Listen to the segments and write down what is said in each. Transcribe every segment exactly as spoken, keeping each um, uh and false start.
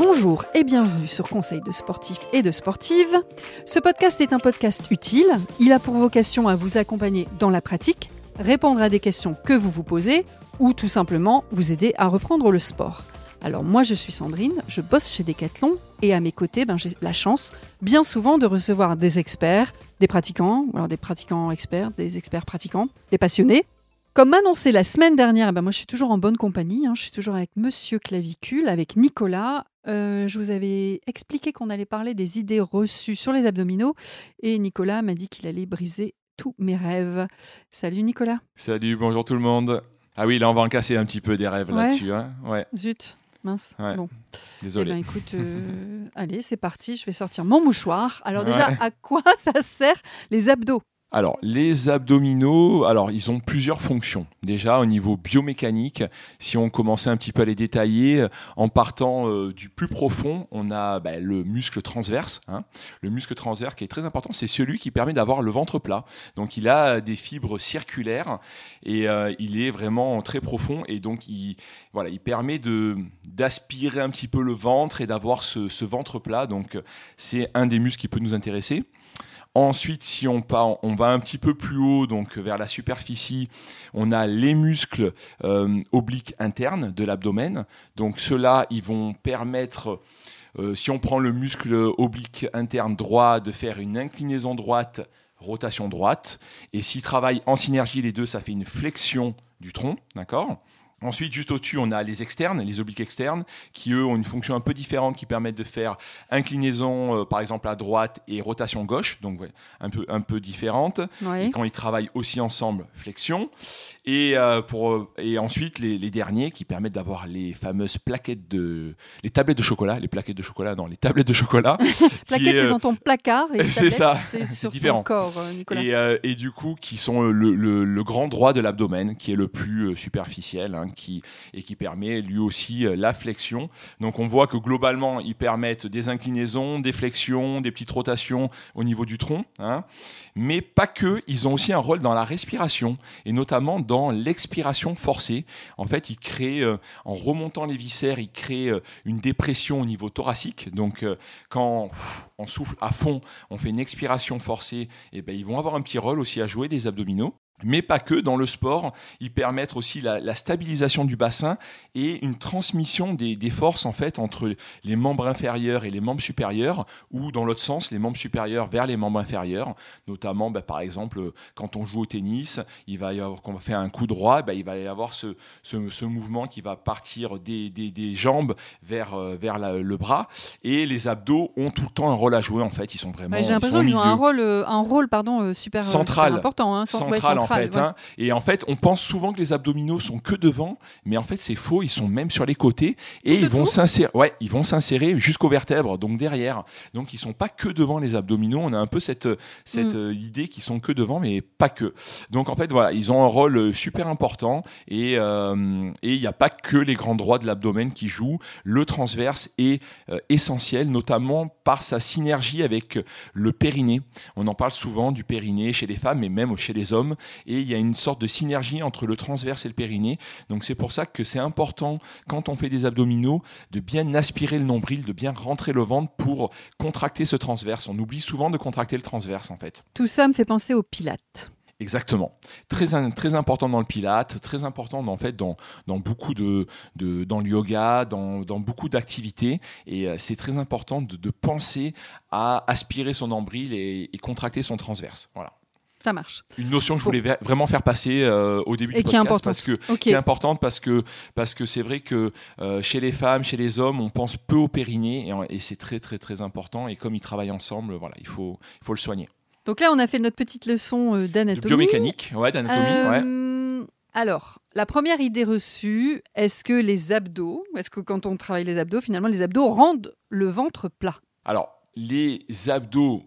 Bonjour et bienvenue sur Conseil de sportifs et de sportives. Ce podcast est un podcast utile. Il a pour vocation à vous accompagner dans la pratique, répondre à des questions que vous vous posez ou tout simplement vous aider à reprendre le sport. Alors moi je suis Sandrine, je bosse chez Decathlon et à mes côtés ben, j'ai la chance bien souvent de recevoir des experts, des pratiquants, ou alors des pratiquants experts, des experts pratiquants, des passionnés. Comme annoncé la semaine dernière, ben moi je suis toujours en bonne compagnie, hein, je suis toujours avec Monsieur Clavicule, avec Nicolas. Euh, je vous avais expliqué qu'on allait parler des idées reçues sur les abdominaux et Nicolas m'a dit qu'il allait briser tous mes rêves. Salut Nicolas. Salut, bonjour tout le monde. Ah oui, là on va en casser un petit peu des rêves ouais. là-dessus. Hein ouais. Zut, mince. Ouais. Bon. Désolé. Eh ben, écoute, euh, allez, c'est parti, je vais sortir mon mouchoir. Alors déjà, ouais. À quoi ça sert les abdos ? Alors, les abdominaux, alors ils ont plusieurs fonctions. Déjà, au niveau biomécanique, si on commençait un petit peu à les détailler, en partant euh, du plus profond, on a bah, le muscle transverse. Hein. Le muscle transverse qui est très important, c'est celui qui permet d'avoir le ventre plat. Donc, il a des fibres circulaires et euh, il est vraiment très profond. Et donc, il, voilà, il permet de, d'aspirer un petit peu le ventre et d'avoir ce, ce ventre plat. Donc, c'est un des muscles qui peut nous intéresser. Ensuite, si on, part, on va un petit peu plus haut, donc vers la superficie, on a les muscles euh, obliques internes de l'abdomen. Donc ceux-là, ils vont permettre, euh, si on prend le muscle oblique interne droit, de faire une inclinaison droite, rotation droite. Et s'ils travaillent en synergie les deux, ça fait une flexion du tronc, d'accord ? Ensuite, juste au-dessus, on a les externes, les obliques externes, qui eux ont une fonction un peu différente, qui permettent de faire inclinaison, euh, par exemple à droite, et rotation gauche, donc ouais, un peu un peu différente. Oui. Et quand ils travaillent aussi ensemble, flexion. Et euh, pour et ensuite les, les derniers qui permettent d'avoir les fameuses plaquettes de les tablettes de chocolat, les plaquettes de chocolat, non, les tablettes de chocolat. Plaquettes, est, c'est dans ton placard. Et c'est ça. C'est, c'est sur différent. Ton corps, Nicolas. Et, euh, et du coup, qui sont le, le, le grand droit de l'abdomen, qui est le plus superficiel. Hein, Qui, et qui permet lui aussi euh, la flexion. Donc on voit que globalement, ils permettent des inclinaisons, des flexions, des petites rotations au niveau du tronc. Hein. Mais pas que, ils ont aussi un rôle dans la respiration, et notamment dans l'expiration forcée. En fait, ils créent, euh, en remontant les viscères, ils créent euh, une dépression au niveau thoracique. Donc euh, quand pff, on souffle à fond, on fait une expiration forcée, et ben, ils vont avoir un petit rôle aussi à jouer, des abdominaux. Mais pas que, dans le sport, ils permettent aussi la, la stabilisation du bassin et une transmission des, des forces en fait entre les membres inférieurs et les membres supérieurs, ou dans l'autre sens, les membres supérieurs vers les membres inférieurs. Notamment, bah, par exemple, quand on joue au tennis, il va y avoir, quand on va faire un coup droit, bah, il va y avoir ce, ce, ce mouvement qui va partir des, des, des jambes vers, vers la, le bras. Et les abdos ont tout le temps un rôle à jouer en fait. Ils sont vraiment. Ouais, j'ai l'impression qu'ils ont un rôle, un rôle pardon, super, central, super important. Hein, central, ouais, central en fait. Ouais. Hein. Et en fait, on pense souvent que les abdominaux sont que devant, mais en fait, c'est faux. Ils sont même sur les côtés et tout ils vont s'insérer. Ouais, ils vont s'insérer jusqu'aux vertèbres, donc derrière. Donc, ils sont pas que devant les abdominaux. On a un peu cette cette mm. idée qu'ils sont que devant, mais pas que. Donc, en fait, voilà, ils ont un rôle super important et euh, et il n'y a pas que les grands droits de l'abdomen qui jouent. Le transverse est euh, essentiel, notamment par sa synergie avec le périnée. On en parle souvent du périnée chez les femmes, mais même chez les hommes. Et il y a une sorte de synergie entre le transverse et le périnée. Donc c'est pour ça que c'est important, quand on fait des abdominaux, de bien aspirer le nombril, de bien rentrer le ventre pour contracter ce transverse. On oublie souvent de contracter le transverse en fait. Tout ça me fait penser au pilates. Exactement. Très, très important dans le pilate, très important en fait dans, dans beaucoup de, de dans le yoga, dans, dans beaucoup d'activités. Et euh, c'est très important de, de penser à aspirer son nombril et, et contracter son transverse. Voilà. Ça marche. Une notion que je voulais bon. vraiment faire passer euh, au début et du podcast parce que okay. qui est importante parce que parce que c'est vrai que euh, chez les femmes, chez les hommes, on pense peu au périnée et, et c'est très très très important. Et comme ils travaillent ensemble, voilà, il faut il faut le soigner. Donc là, on a fait notre petite leçon euh, d'anatomie. De biomécanique, ouais, d'anatomie, euh, ouais. Alors, la première idée reçue, est-ce que les abdos, est-ce que quand on travaille les abdos, finalement, les abdos rendent le ventre plat ? Alors, les abdos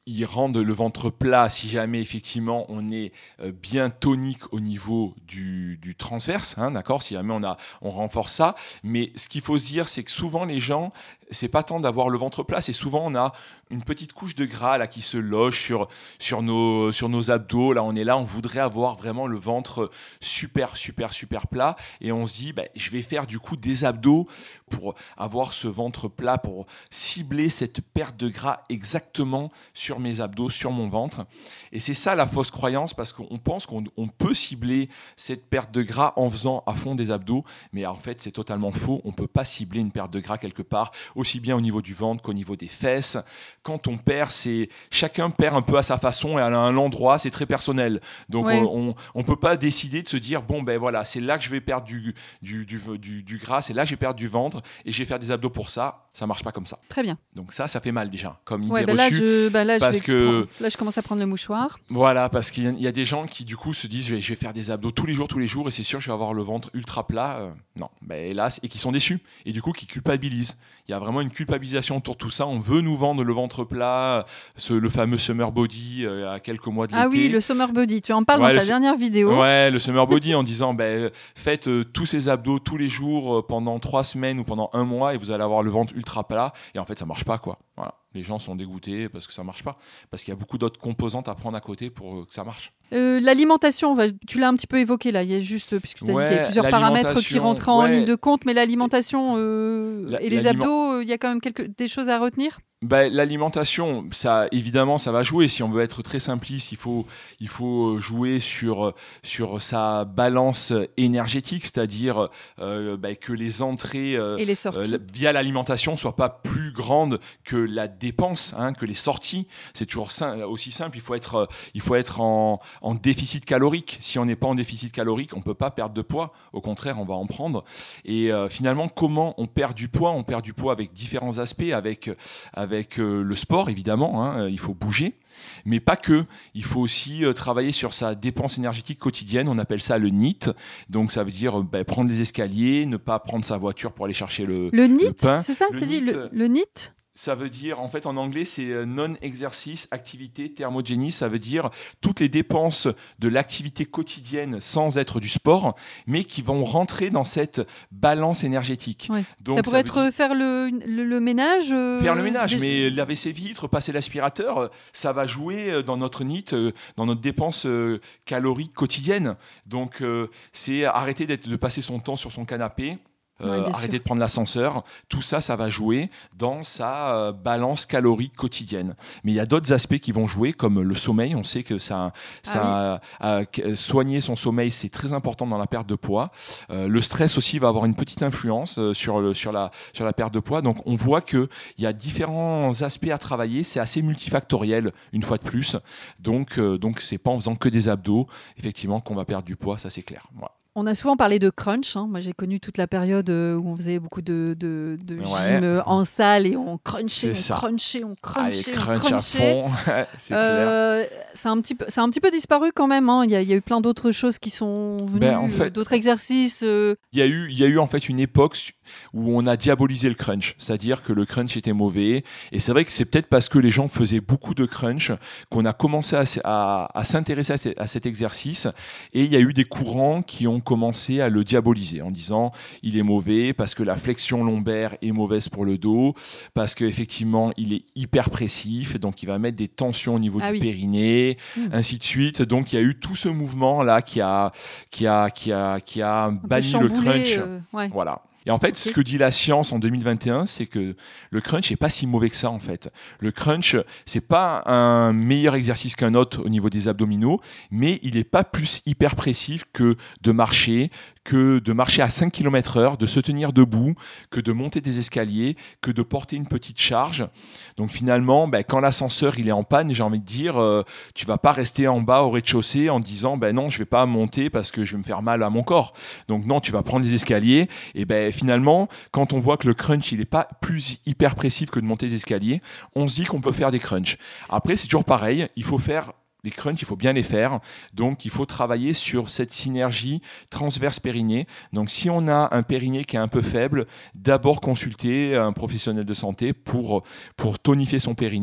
ils rendent le ventre plat si jamais effectivement on est euh, bien tonique au niveau du, du transverse, hein, d'accord, si jamais on, a, on renforce ça. Mais ce qu'il faut se dire, c'est que souvent les gens, c'est pas tant d'avoir le ventre plat, c'est souvent on a une petite couche de gras là qui se loge sur, sur, nos, sur nos abdos. Là, on est là, on voudrait avoir vraiment le ventre super, super, super plat. Et on se dit, bah, je vais faire du coup des abdos pour avoir ce ventre plat, pour cibler cette perte de gras exactement sur mes abdos, sur mon ventre. Et c'est ça la fausse croyance, parce qu'on pense qu'on on peut cibler cette perte de gras en faisant à fond des abdos. Mais en fait, c'est totalement faux. On ne peut pas cibler une perte de gras quelque part, aussi bien au niveau du ventre qu'au niveau des fesses. Quand on perd, c'est chacun perd un peu à sa façon et à un endroit, c'est très personnel. Donc ouais. on ne peut pas décider de se dire bon ben voilà, c'est là que je vais perdre du, du, du, du, du gras, c'est là que je vais perdre du ventre et je vais faire des abdos pour ça. Ça marche pas comme ça. Très bien. Donc ça, ça fait mal déjà comme idée ouais, bah reçue. Là, je, bah là, parce je vais que prendre, là, je commence à prendre le mouchoir. Voilà, parce qu'il y a, il y a des gens qui du coup se disent je vais, je vais faire des abdos tous les jours, tous les jours et c'est sûr que je vais avoir le ventre ultra plat. Euh, non, ben hélas, et qui sont déçus et du coup qui culpabilisent. Il y a vraiment une culpabilisation autour de tout ça. On veut nous vendre le ventre plat, ce, le fameux summer body euh, à quelques mois de l'été. Ah oui, le summer body. Tu en parles ouais, dans ta su- dernière vidéo. Ouais, le summer body en disant ben, faites euh, tous ces abdos tous les jours euh, pendant trois semaines ou pendant un mois et vous allez avoir le ventre ultra plat. Et en fait, ça marche pas, quoi. Voilà. Les gens sont dégoûtés parce que ça marche pas. Parce qu'il y a beaucoup d'autres composantes à prendre à côté pour euh, que ça marche. Euh, l'alimentation, va- tu l'as un petit peu évoqué là. Il y a juste, puisque tu as dit Ouais, qu'il y a plusieurs paramètres qui l'alimentation, rentrent en ouais. ligne de compte, mais l'alimentation euh, La- et les l'aliment- abdos, il y a quand même quelques, des choses à retenir. Ben, l'alimentation, ça, évidemment, ça va jouer. Si on veut être très simpliste, il faut, il faut jouer sur, sur sa balance énergétique, c'est-à-dire euh, ben, que les entrées euh, Et les sorties. euh, via l'alimentation soient pas plus grandes que la dépense, hein, que les sorties. C'est toujours sim- aussi simple. Il faut être, il faut être en, en déficit calorique. Si on n'est pas en déficit calorique, on peut pas perdre de poids. Au contraire, on va en prendre. Et euh, finalement, comment on perd du poids ? On perd du poids avec différents aspects, avec, avec avec euh, le sport évidemment, hein, il faut bouger, mais pas que, il faut aussi euh, travailler sur sa dépense énergétique quotidienne, on appelle ça le N I T, donc ça veut dire euh, bah, prendre les escaliers, ne pas prendre sa voiture pour aller chercher le, Le N I le T, pain. c'est ça Le que tu dis N I T, le, le N I T ça veut dire, en fait, en anglais, c'est euh, non-exercice, activité, thermogénie. Ça veut dire toutes les dépenses de l'activité quotidienne sans être du sport, mais qui vont rentrer dans cette balance énergétique. ouais. Donc, Ça pourrait veut être dire- faire le, le, le ménage. euh, Faire le ménage, des- mais laver ses vitres, passer l'aspirateur, euh, ça va jouer euh, dans notre N I T, euh, dans notre dépense euh, calorique quotidienne. Donc, euh, c'est arrêter d'être, de passer son temps sur son canapé. Euh, Ouais, bien arrêter sûr. de prendre l'ascenseur, tout ça, ça va jouer dans sa euh, balance calorique quotidienne. Mais il y a d'autres aspects qui vont jouer, comme le sommeil. On sait que ça, ça, euh, que- soigner son sommeil, c'est très important dans la perte de poids. Euh, le stress aussi va avoir une petite influence euh, sur, le, sur, la, sur la perte de poids. Donc, on voit qu'il y a différents aspects à travailler. C'est assez multifactoriel, une fois de plus. Donc, euh, donc c'est pas en faisant que des abdos, effectivement, qu'on va perdre du poids. Ça, c'est clair. Voilà. On a souvent parlé de crunch. Hein. Moi, j'ai connu toute la période euh, où on faisait beaucoup de, de, de Ouais. gym euh, en salle et on crunchait, C'est on ça. crunchait, on Allez, crunchait, on crunch à crunchait. fond. c'est clair. Euh, c'est un petit peu, c'est un petit peu disparu quand même. Hein. Il y a, il y a eu plein d'autres choses qui sont venues, Ben, en fait- euh, d'autres exercices. euh. Il y a eu, il y a eu en fait une époque où on a diabolisé le crunch, c'est-à-dire que le crunch était mauvais. Et c'est vrai que c'est peut-être parce que les gens faisaient beaucoup de crunch qu'on a commencé à, à, à s'intéresser à, ce- à cet exercice. Et il y a eu des courants qui ont commencé à le diaboliser en disant il est mauvais parce que la flexion lombaire est mauvaise pour le dos, parce qu'effectivement il est hyperpressif, donc il va mettre des tensions au niveau Ah du oui. périnée, Mmh. ainsi de suite. Donc il y a eu tout ce mouvement là qui a qui a qui a qui a Un peu banni le chamboulé, crunch. euh, ouais. Voilà. Et en fait, ce Ok. que dit la science en deux mille vingt et un, c'est que le crunch n'est pas si mauvais que ça, en fait. Le crunch, c'est pas un meilleur exercice qu'un autre au niveau des abdominaux, mais il n'est pas plus hyperpressif que de marcher, que de marcher à cinq kilomètres heure, de se tenir debout, que de monter des escaliers, que de porter une petite charge. Donc finalement, ben, quand l'ascenseur il est en panne, j'ai envie de dire, euh, tu vas pas rester en bas au rez-de-chaussée en disant, ben non, je vais pas monter parce que je vais me faire mal à mon corps. Donc non, tu vas prendre les escaliers. Et ben finalement, quand on voit que le crunch il est pas plus hyperpressif que de monter des escaliers, on se dit qu'on peut faire des crunchs. Après, c'est toujours pareil, il faut faire les crunchs, il faut bien les faire. Donc, il faut travailler sur cette synergie transverse périnée. Donc, si on a un périnée qui est un peu faible, d'abord consulter un professionnel de santé pour, pour tonifier son périnée.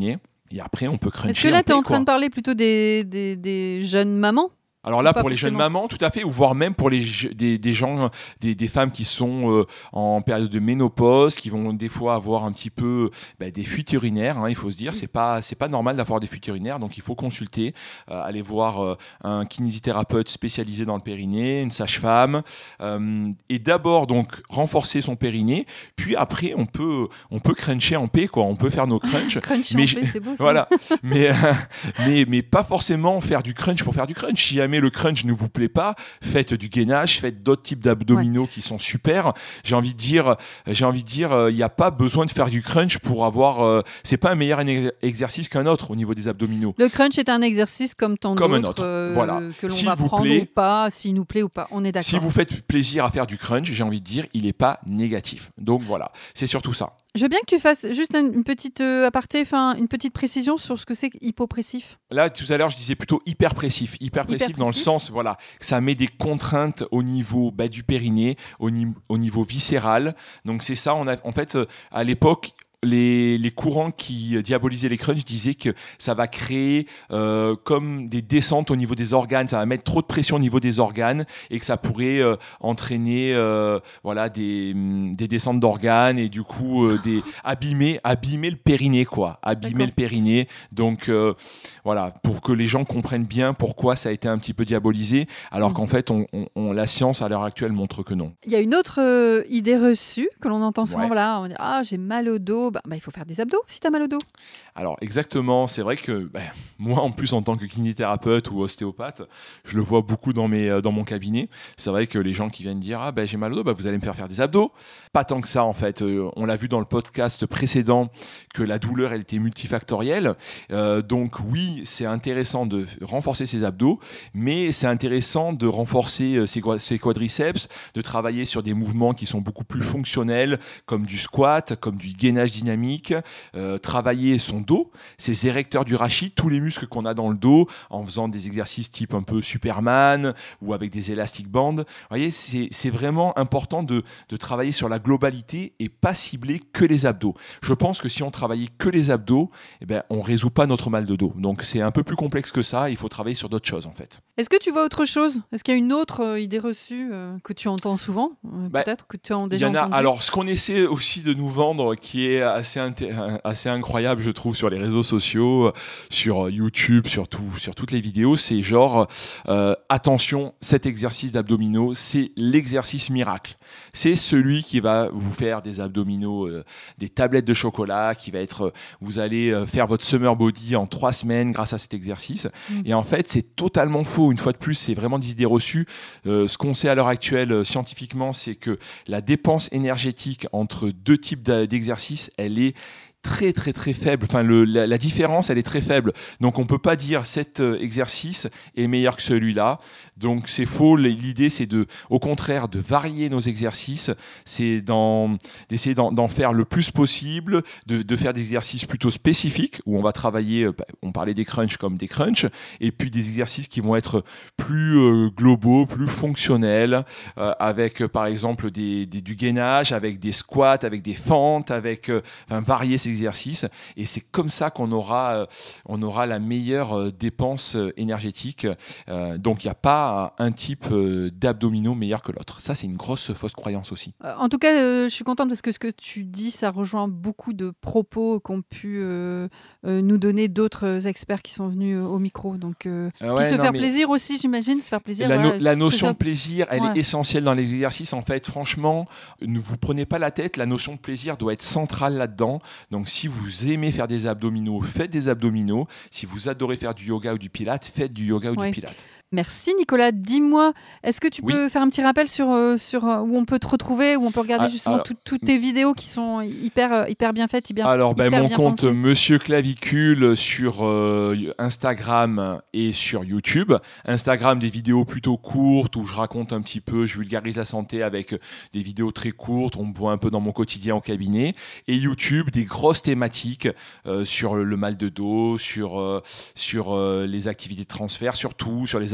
Et après, on peut cruncher. Est-ce que là, tu es en train quoi. de parler plutôt des, des, des jeunes mamans ? Alors là, Pas pour les jeunes forcément. mamans, tout à fait, ou voire même pour les, des, des gens, des, des femmes qui sont euh, en période de ménopause, qui vont des fois avoir un petit peu bah, des fuites urinaires. Hein, il faut se dire, c'est pas, c'est pas normal d'avoir des fuites urinaires, donc il faut consulter, euh, aller voir euh, un kinésithérapeute spécialisé dans le périnée, une sage-femme, euh, et d'abord donc renforcer son périnée, puis après on peut, on peut cruncher en paix, quoi. On peut faire nos crunchs. Crunch mais en je- paix, c'est beau ça. Voilà, mais, euh, mais, mais pas forcément faire du crunch pour faire du crunch. Si jamais le crunch ne vous plaît pas, faites du gainage, faites d'autres types d'abdominaux qui sont super. J'ai envie de dire, j'ai envie de dire, il n'y a pas besoin de faire du crunch pour avoir. Euh, c'est pas un meilleur ex- exercice qu'un autre au niveau des abdominaux. Le crunch est un exercice comme tant Comme un d'autres autre, euh, voilà. que l'on S'il va vous prendre plaît- ou pas, s'il nous plaît ou pas. On est d'accord. Si vous faites plaisir à faire du crunch, j'ai envie de dire, il n'est pas négatif. Donc voilà, c'est surtout ça. Je veux bien que tu fasses juste une une petite euh, aparté, enfin une petite précision sur ce que c'est hypopressif. Là, tout à l'heure, je disais plutôt hyperpressif. Hyperpressif dans le Hyperpressif. sens, voilà, que ça met des contraintes au niveau bah, du périnée, au, ni- au niveau viscéral. Donc c'est ça, on a, en fait, euh, à l'époque, les, les courants qui diabolisaient les crunchs disaient que ça va créer euh, comme des descentes au niveau des organes, ça va mettre trop de pression au niveau des organes et que ça pourrait euh, entraîner euh, voilà, des, hum, des descentes d'organes et du coup euh, des, abîmer, abîmer le périnée, quoi. Abîmer D'accord. le périnée. Donc euh, voilà, pour que les gens comprennent bien pourquoi ça a été un petit peu diabolisé, alors Mhm. qu'en fait, on, on- on- la science à l'heure actuelle montre que non. Il y a une autre euh, idée reçue que l'on entend souvent. Ouais. Voilà, on dit ah j'ai mal au dos. Bah, bah, il faut faire des abdos si t'as mal au dos. Alors exactement, c'est vrai que ben, moi en plus en tant que kinésithérapeute ou ostéopathe, je le vois beaucoup dans, mes, euh, dans mon cabinet. C'est vrai que les gens qui viennent dire ah ben j'ai mal au dos, ben, vous allez me faire faire des abdos. Pas tant que ça en fait. Euh, on l'a vu dans le podcast précédent que la douleur elle était multifactorielle. Euh, donc oui, c'est intéressant de renforcer ses abdos, mais c'est intéressant de renforcer euh, ses, qua- ses quadriceps, de travailler sur des mouvements qui sont beaucoup plus fonctionnels, comme du squat, comme du gainage dynamique, euh, travailler son dos, ses érecteurs du rachis, tous les muscles qu'on a dans le dos, en faisant des exercices type un peu Superman ou avec des élastic bands. Vous voyez, c'est, c'est vraiment important de, de travailler sur la globalité et pas cibler que les abdos. Je pense que si on travaillait que les abdos, eh ben, on ne résout pas notre mal de dos. Donc c'est un peu plus complexe que ça, il faut travailler sur d'autres choses en fait. Est-ce que tu vois autre chose ? Est-ce qu'il y a une autre euh, idée reçue euh, que tu entends souvent euh, Bah, peut-être que tu as Il déjà y en a. entendu. Alors, ce qu'on essaie aussi de nous vendre, qui est assez, inté- assez incroyable, je trouve, sur les réseaux sociaux, euh, sur YouTube, sur, tout- sur toutes les vidéos, c'est genre, euh, attention, cet exercice d'abdominaux, c'est l'exercice miracle. C'est celui qui va vous faire des abdominaux, euh, des tablettes de chocolat, qui va être, euh, vous allez euh, faire votre summer body en trois semaines grâce à cet exercice. Mm. Et en fait, c'est totalement faux. Une fois de plus, c'est vraiment des idées reçues. Euh, ce qu'on sait à l'heure actuelle euh, scientifiquement, c'est que la dépense énergétique entre deux types d'a- d'exercices, elle est très très très faible. Enfin, le, la, la différence, elle est très faible. Donc, on peut pas dire cet euh, exercice est meilleur que celui-là. Donc, c'est faux. L'idée, c'est de, au contraire, de varier nos exercices. C'est d'en, d'essayer d'en, d'en faire le plus possible, de, de faire des exercices plutôt spécifiques où on va travailler. euh, On parlait des crunchs comme des crunchs, et puis des exercices qui vont être plus euh, globaux, plus fonctionnels, euh, avec euh, par exemple des, des, du gainage, avec des squats, avec des fentes, avec euh, enfin, varier ces exercices. Et c'est comme ça qu'on aura, euh, on aura la meilleure euh, dépense euh, énergétique. Euh, donc il n'y a pas un type euh, d'abdominaux meilleur que l'autre. Ça, c'est une grosse fausse croyance aussi. Euh, En tout cas, euh, je suis contente parce que ce que tu dis, ça rejoint beaucoup de propos qu'ont pu euh, euh, nous donner d'autres experts qui sont venus euh, au micro. Donc, euh, Ah puis ouais, se non, faire mais- plaisir aussi, j'imagine, se faire plaisir. La, no- voilà. la notion C'est ça. de plaisir, elle Ouais. est essentielle dans les exercices. En fait, franchement, ne vous prenez pas la tête. La notion de plaisir doit être centrale là-dedans. Donc, si vous aimez faire des abdominaux, faites des abdominaux. Si vous adorez faire du yoga ou du pilate, faites du yoga ou Ouais. du pilate. Merci Nicolas. Dis-moi, est-ce que tu Oui. peux faire un petit rappel sur, euh, sur euh, où on peut te retrouver, où on peut regarder Ah, justement alors- tout- toutes tes vidéos qui sont hyper, euh, hyper bien faites, hyper, Alors, ben, hyper mon bien compte pensées. Monsieur Clavicule sur euh, Instagram et sur YouTube. Instagram, des vidéos plutôt courtes où je raconte un petit peu, je vulgarise la santé avec des vidéos très courtes. On me voit un peu dans mon quotidien au cabinet. Et YouTube, des grosses thématiques euh, sur le mal de dos, sur, euh, sur euh, les activités de transfert, surtout sur les abdominaux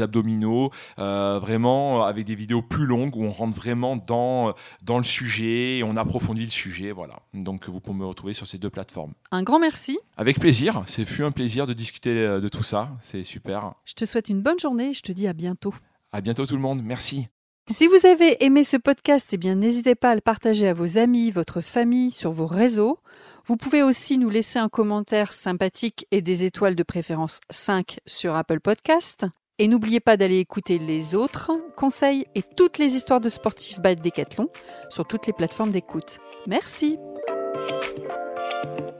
abdominaux, euh, vraiment avec des vidéos plus longues où on rentre vraiment dans, dans le sujet, on approfondit le sujet. Voilà. Donc vous pouvez me retrouver sur ces deux plateformes. Un grand merci. Avec plaisir, c'est fut un plaisir de discuter de tout ça, c'est super. Je te souhaite une bonne journée et je te dis à bientôt. À bientôt tout le monde, merci. Si vous avez aimé ce podcast, eh bien, n'hésitez pas à le partager à vos amis, votre famille, sur vos réseaux. Vous pouvez aussi nous laisser un commentaire sympathique et des étoiles de préférence cinq sur Apple Podcast. Et n'oubliez pas d'aller écouter les autres conseils et toutes les histoires de sportifs by Decathlon sur toutes les plateformes d'écoute. Merci.